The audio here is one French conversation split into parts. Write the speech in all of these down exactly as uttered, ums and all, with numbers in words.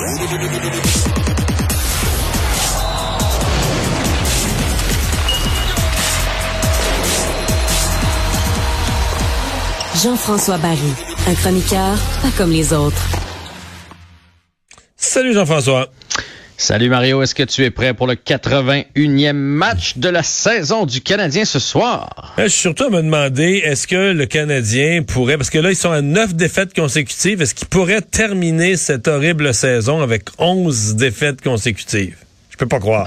Jean-François Barry, un chroniqueur pas comme les autres. Salut Jean-François. Salut Mario, est-ce que tu es prêt pour le quatre-vingt-unième match de la saison du Canadien ce soir? Je suis surtout à me demander, est-ce que le Canadien pourrait, parce que là, ils sont à neuf défaites consécutives, est-ce qu'ils pourraient terminer cette horrible saison avec onze défaites consécutives? Je peux pas croire.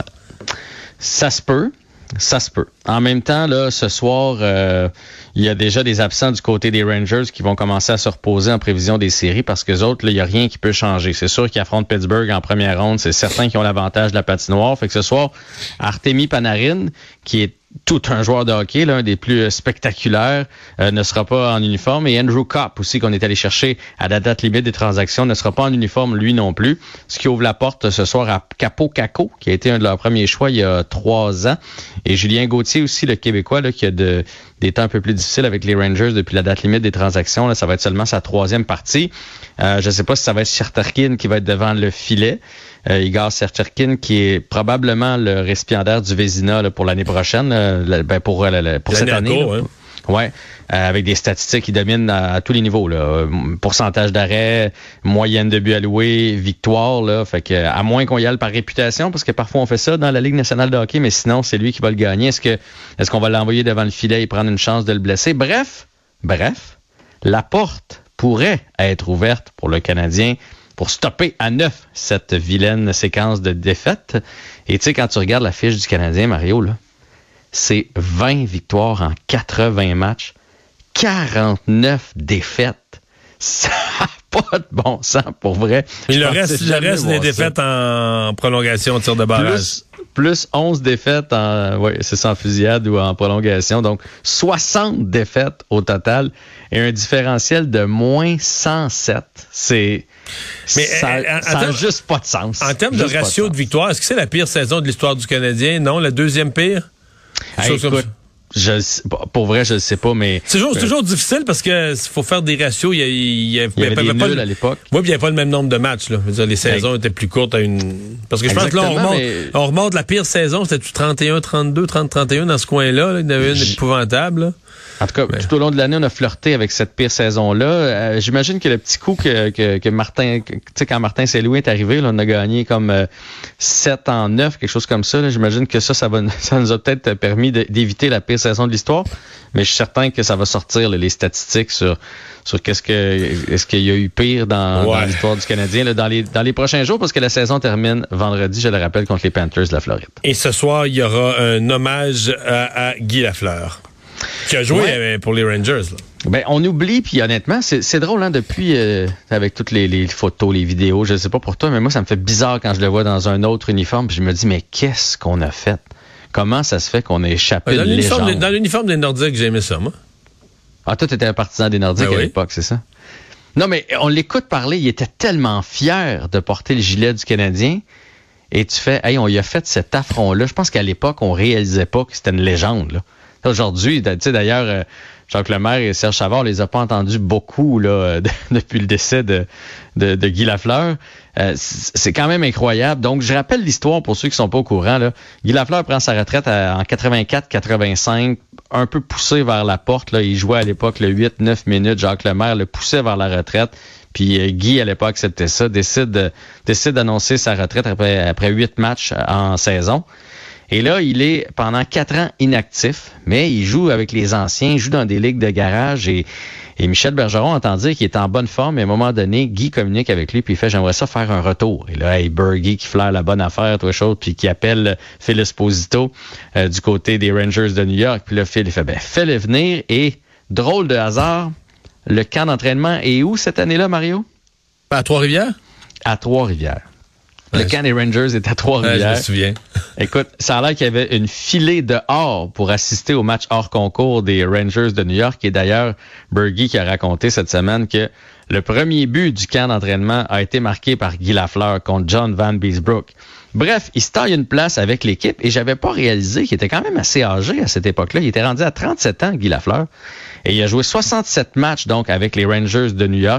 Ça se peut. Ça se peut. En même temps, là, ce soir, euh, il y a déjà des absents du côté des Rangers qui vont commencer à se reposer en prévision des séries parce que les autres, là, il n'y a rien qui peut changer. C'est sûr qu'ils affrontent Pittsburgh en première ronde. C'est certain qu'ils ont l'avantage de la patinoire. Fait que ce soir, Artemi Panarin, qui est tout un joueur de hockey, l'un des plus spectaculaires, euh, ne sera pas en uniforme. Et Andrew Copp aussi, qu'on est allé chercher à la date limite des transactions, ne sera pas en uniforme, lui non plus. Ce qui ouvre la porte ce soir à Capo Caco, qui a été un de leurs premiers choix il y a trois ans. Et Julien Gauthier aussi, le Québécois, là, qui a de, des temps un peu plus difficiles avec les Rangers depuis la date limite des transactions. Là, ça va être seulement sa troisième partie. Euh, je ne sais pas si ça va être Shesterkin qui va être devant le filet. Euh, Igor Shesterkin, qui est probablement le récipiendaire du Vezina là, pour l'année prochaine, euh, ben pour, euh, pour cette année. Go, hein? Ouais, euh, avec des statistiques qui dominent à, à tous les niveaux. Là. Euh, pourcentage d'arrêt, moyenne de buts alloués, victoire. Là, fait que à moins qu'on y aille par réputation, parce que parfois on fait ça dans la Ligue nationale de hockey, mais sinon c'est lui qui va le gagner. Est-ce que est-ce qu'on va l'envoyer devant le filet et prendre une chance de le blesser? Bref, bref, la porte pourrait être ouverte pour le Canadien pour stopper à neuf cette vilaine séquence de défaites. Et tu sais, quand tu regardes la fiche du Canadien, Mario, là, c'est vingt victoires en quatre-vingts matchs, quarante-neuf défaites. Ça n'a pas de bon sens, pour vrai. Et le reste, le reste des défaites en prolongation, tir de barrage. Plus, plus onze défaites en, ouais, c'est ça, en fusillade ou en prolongation. Donc, soixante défaites au total et un différentiel de moins cent sept. C'est... Mais ça n'a juste pas de sens. En termes de ratio de, de victoire, est-ce que c'est la pire saison de l'histoire du Canadien? Non, la deuxième pire? Hey, écoute, je, pour vrai, je ne sais pas, mais... C'est toujours, euh, toujours difficile parce qu'il faut faire des ratios. Il y, a, il y, a, il y avait des pas nuls le, à l'époque. Oui, puis il n'y avait pas le même nombre de matchs. Là. Je veux dire, les saisons hey. étaient plus courtes à une... Parce que je Exactement, pense que là, on remonte, mais... on remonte la pire saison. C'était trente et un, trente-deux, trente, trente et un dans ce coin-là. Là. Il y en avait une épouvantable. Là. En tout cas, ouais. Tout au long de l'année, on a flirté avec cette pire saison-là. Euh, j'imagine que le petit coup que, que, que Martin, tu sais, quand Martin Saint-Louis est arrivé, là, on a gagné comme euh, sept en neuf, quelque chose comme ça. Là. J'imagine que ça, ça, va, ça nous a peut-être permis de, d'éviter la pire saison de l'histoire. Mais je suis certain que ça va sortir là, les statistiques sur sur qu'est-ce que est-ce qu'il y a eu pire dans, ouais. dans l'histoire du Canadien là, dans les dans les prochains jours, parce que la saison termine vendredi, je le rappelle, contre les Panthers de la Floride. Et ce soir, il y aura un hommage à, à Guy Lafleur, qui a joué ouais. pour les Rangers. Là. Ben, on oublie, puis honnêtement, c'est, c'est drôle, hein, depuis, euh, avec toutes les, les photos, les vidéos, je sais pas pour toi, mais moi, ça me fait bizarre quand je le vois dans un autre uniforme, puis je me dis, mais qu'est-ce qu'on a fait? Comment ça se fait qu'on a échappé dans de légende? Dans l'uniforme des Nordiques, j'ai aimé ça, moi. Ah, toi, t'étais un partisan des Nordiques ben à oui. l'époque, c'est ça? Non, mais on l'écoute parler, il était tellement fier de porter le gilet du Canadien, et tu fais, hey, on lui a fait cet affront-là. Je pense qu'à l'époque, on réalisait pas que c'était une légende, là. Aujourd'hui, tu sais, d'ailleurs, euh, Jacques Lemaire et Serge Savard, on les a pas entendus beaucoup là de, depuis le décès de, de, de Guy Lafleur. Euh, c'est quand même incroyable. Donc, je rappelle l'histoire pour ceux qui sont pas au courant. Là. Guy Lafleur prend sa retraite à, en quatre-vingt-quatre quatre-vingt-cinq, un peu poussé vers la porte. Là. Il jouait à l'époque le huit neuf minutes. Jacques Lemaire le poussait vers la retraite. Puis euh, Guy, à l'époque, acceptait ça, décide, de, décide d'annoncer sa retraite après, après huit matchs en saison. Et là, il est pendant quatre ans inactif, mais il joue avec les anciens, il joue dans des ligues de garage et, et Michel Bergeron entend dire qu'il est en bonne forme, mais à un moment donné, Guy communique avec lui puis il fait « J'aimerais ça faire un retour ». Et là, hey, Bergie qui flaire la bonne affaire, toi chose, puis qui appelle Phil Esposito euh, du côté des Rangers de New York. Puis là, Phil, il fait « Ben, fais-le venir » et drôle de hasard, le camp d'entraînement est où cette année-là, Mario? À Trois-Rivières? À Trois-Rivières. Le camp des Rangers est à Trois-Rivières. Ouais, je me souviens. Écoute, ça a l'air qu'il y avait une filée dehors pour assister au match hors concours des Rangers de New York. Et d'ailleurs, Bergie qui a raconté cette semaine que le premier but du camp d'entraînement a été marqué par Guy Lafleur contre John Van Beesbrook. Bref, il se taille une place avec l'équipe et j'avais pas réalisé qu'il était quand même assez âgé à cette époque-là. Il était rendu à trente-sept ans, Guy Lafleur. Et il a joué soixante-sept matchs donc avec les Rangers de New York.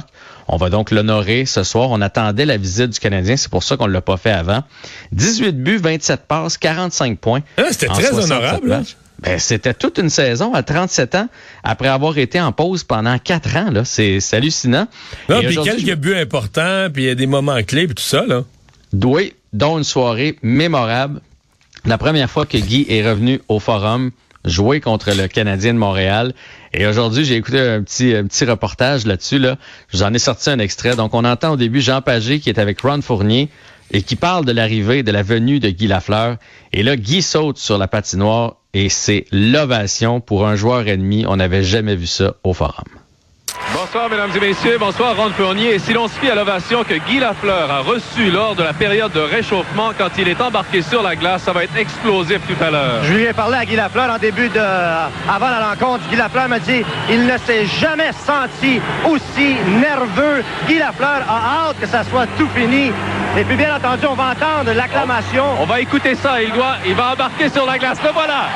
On va donc l'honorer ce soir. On attendait la visite du Canadien, c'est pour ça qu'on ne l'a pas fait avant. dix-huit buts, vingt-sept passes, quarante-cinq points. Ah, c'était très honorable. Hein? Ben, c'était toute une saison à trente-sept ans après avoir été en pause pendant quatre ans. Là. C'est, c'est hallucinant. Non, puis quelques je... buts importants, puis il y a des moments clés, puis tout ça. Là. Oui, dont une soirée mémorable. La première fois que Guy est revenu au Forum jouer contre le Canadien de Montréal. Et aujourd'hui, j'ai écouté un petit, un petit reportage là-dessus. Là. Je vous en ai sorti un extrait. Donc, on entend au début Jean Pagé qui est avec Ron Fournier et qui parle de l'arrivée, de la venue de Guy Lafleur. Et là, Guy saute sur la patinoire et c'est l'ovation pour un joueur ennemi. On n'avait jamais vu ça au Forum. Bonsoir, mesdames et messieurs. Bonsoir, Ron Fournier. Et si l'on se fie à l'ovation que Guy Lafleur a reçue lors de la période de réchauffement quand il est embarqué sur la glace, ça va être explosif tout à l'heure. Je lui ai parlé à Guy Lafleur en début de... avant la rencontre. Guy Lafleur m'a dit il ne s'est jamais senti aussi nerveux. Guy Lafleur a hâte que ça soit tout fini. Et puis, bien entendu, on va entendre l'acclamation. On, on va écouter ça. Il doit, il va embarquer sur la glace. Le voilà!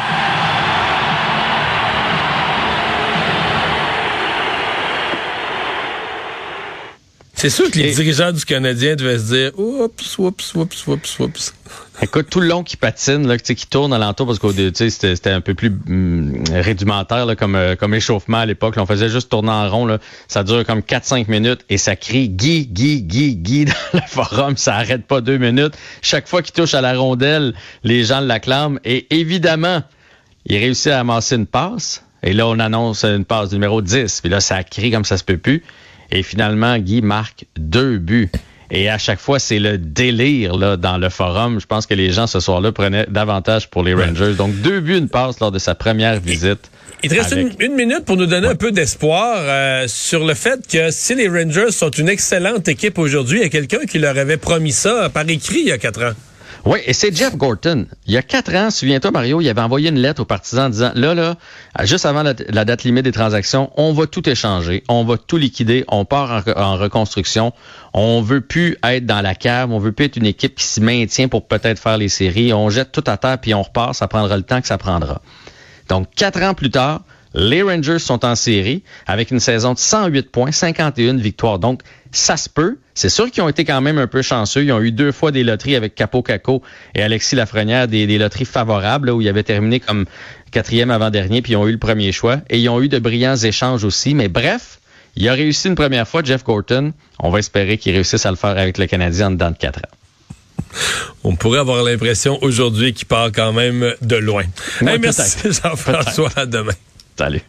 C'est sûr que les Et... dirigeants du Canadien devaient se dire « Oups, oups, oups, oups, oups ». Écoute, tout le long qui patine, là, qui tourne alentour, parce que c'était, c'était un peu plus hum, rudimentaire là, comme, euh, comme échauffement à l'époque. Là, on faisait juste tourner en rond. Là. Ça dure comme quatre cinq minutes et ça crie « Guy, Guy, Guy, Guy » dans le Forum. Ça arrête pas deux minutes. Chaque fois qu'il touche à la rondelle, les gens l'acclament. Et évidemment, il réussit à amasser une passe. Et là, on annonce une passe numéro dix. Puis là, ça crie comme ça se peut plus. Et finalement, Guy marque deux buts. Et à chaque fois, c'est le délire là dans le Forum. Je pense que les gens ce soir-là prenaient davantage pour les Rangers. Donc, deux buts, une passe lors de sa première visite. Il te reste avec... une, une minute pour nous donner ouais. un peu d'espoir euh, sur le fait que si les Rangers sont une excellente équipe aujourd'hui, il y a quelqu'un qui leur avait promis ça par écrit il y a quatre ans. Oui, et c'est Jeff Gorton. Il y a quatre ans, souviens-toi, Mario, il avait envoyé une lettre aux partisans en disant, là, là, juste avant la, la date limite des transactions, on va tout échanger, on va tout liquider, on part en, en reconstruction, on veut plus être dans la cave, on veut plus être une équipe qui s'y maintient pour peut-être faire les séries, on jette tout à terre puis on repart, ça prendra le temps que ça prendra. Donc, quatre ans plus tard, les Rangers sont en série avec une saison de cent huit points, cinquante et une victoires. Donc, ça se peut. C'est sûr qu'ils ont été quand même un peu chanceux. Ils ont eu deux fois des loteries avec Capo Caco et Alexis Lafrenière, des, des loteries favorables là, où ils avaient terminé comme quatrième avant-dernier puis ils ont eu le premier choix. Et ils ont eu de brillants échanges aussi. Mais bref, il a réussi une première fois, Jeff Gorton. On va espérer qu'il réussisse à le faire avec le Canadien en dedans de quatre ans. On pourrait avoir l'impression aujourd'hui qu'il part quand même de loin. Ouais, hey, merci Jean-François. À demain. Salut.